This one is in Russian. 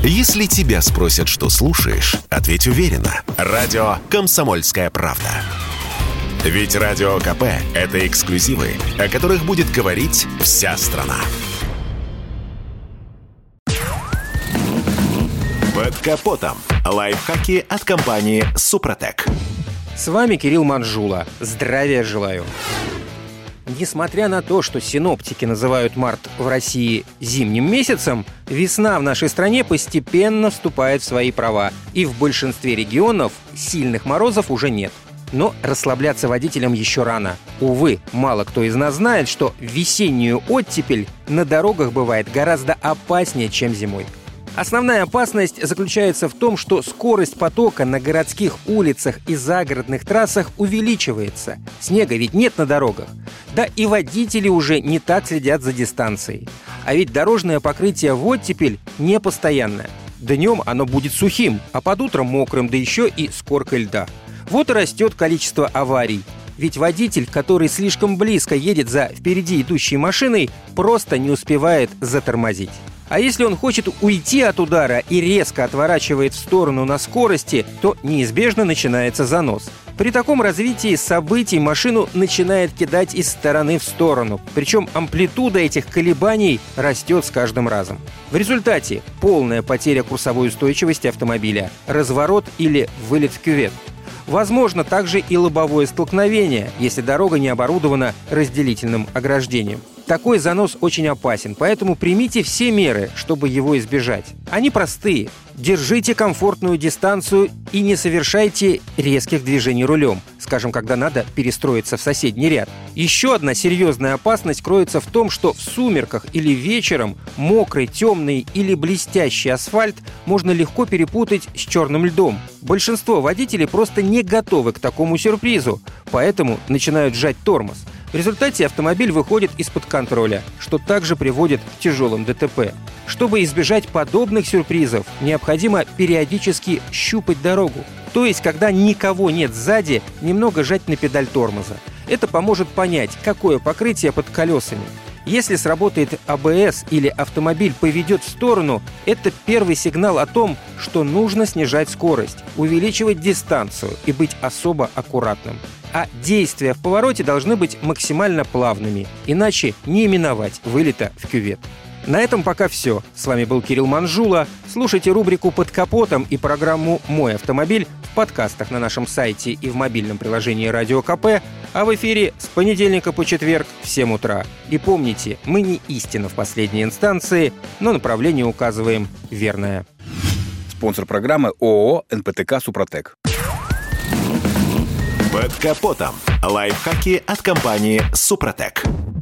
Если тебя спросят, что слушаешь, ответь уверенно. Радио «Комсомольская правда». Ведь Радио КП – это эксклюзивы, о которых будет говорить вся страна. Под капотом. Лайфхаки от компании «Супротек». С вами Кирилл Манжула. Здравия желаю. Несмотря на то, что синоптики называют март в России зимним месяцем, весна в нашей стране постепенно вступает в свои права, и в большинстве регионов сильных морозов уже нет. Но расслабляться водителям еще рано. Увы, мало кто из нас знает, что весеннюю оттепель на дорогах бывает гораздо опаснее, чем зимой. Основная опасность заключается в том, что скорость потока на городских улицах и загородных трассах увеличивается. Снега ведь нет на дорогах. Да и водители уже не так следят за дистанцией. А ведь дорожное покрытие в оттепель непостоянное. Днем оно будет сухим, а под утром мокрым, да еще и с коркой льда. Вот и растет количество аварий. Ведь водитель, который слишком близко едет за впереди идущей машиной, просто не успевает затормозить. А если он хочет уйти от удара и резко отворачивает в сторону на скорости, то неизбежно начинается занос. При таком развитии событий машину начинает кидать из стороны в сторону, причем амплитуда этих колебаний растет с каждым разом. В результате полная потеря курсовой устойчивости автомобиля, разворот или вылет в кювет. Возможно также и лобовое столкновение, если дорога не оборудована разделительным ограждением. Такой занос очень опасен, поэтому примите все меры, чтобы его избежать. Они простые. Держите комфортную дистанцию и не совершайте резких движений рулем, скажем, когда надо перестроиться в соседний ряд. Еще одна серьезная опасность кроется в том, что в сумерках или вечером мокрый, темный или блестящий асфальт можно легко перепутать с черным льдом. Большинство водителей просто не готовы к такому сюрпризу, поэтому начинают сжать тормоз. В результате автомобиль выходит из-под контроля, что также приводит к тяжелым ДТП. Чтобы избежать подобных сюрпризов, необходимо периодически щупать дорогу. То есть, когда никого нет сзади, немного жать на педаль тормоза. Это поможет понять, какое покрытие под колесами. Если сработает АБС или автомобиль поведет в сторону, это первый сигнал о том, что нужно снижать скорость, увеличивать дистанцию и быть особо аккуратным. А действия в повороте должны быть максимально плавными, иначе не миновать вылета в кювет. На этом пока все. С вами был Кирилл Манжула. Слушайте рубрику «Под капотом» и программу «Мой автомобиль» в подкастах на нашем сайте и в мобильном приложении Радио КП, а в эфире с понедельника по четверг в 7 утра. И помните, мы не истина в последней инстанции, но направление указываем верное. Спонсор программы ООО «НПТК Супротек». Под капотом. Лайфхаки от компании «Супротек».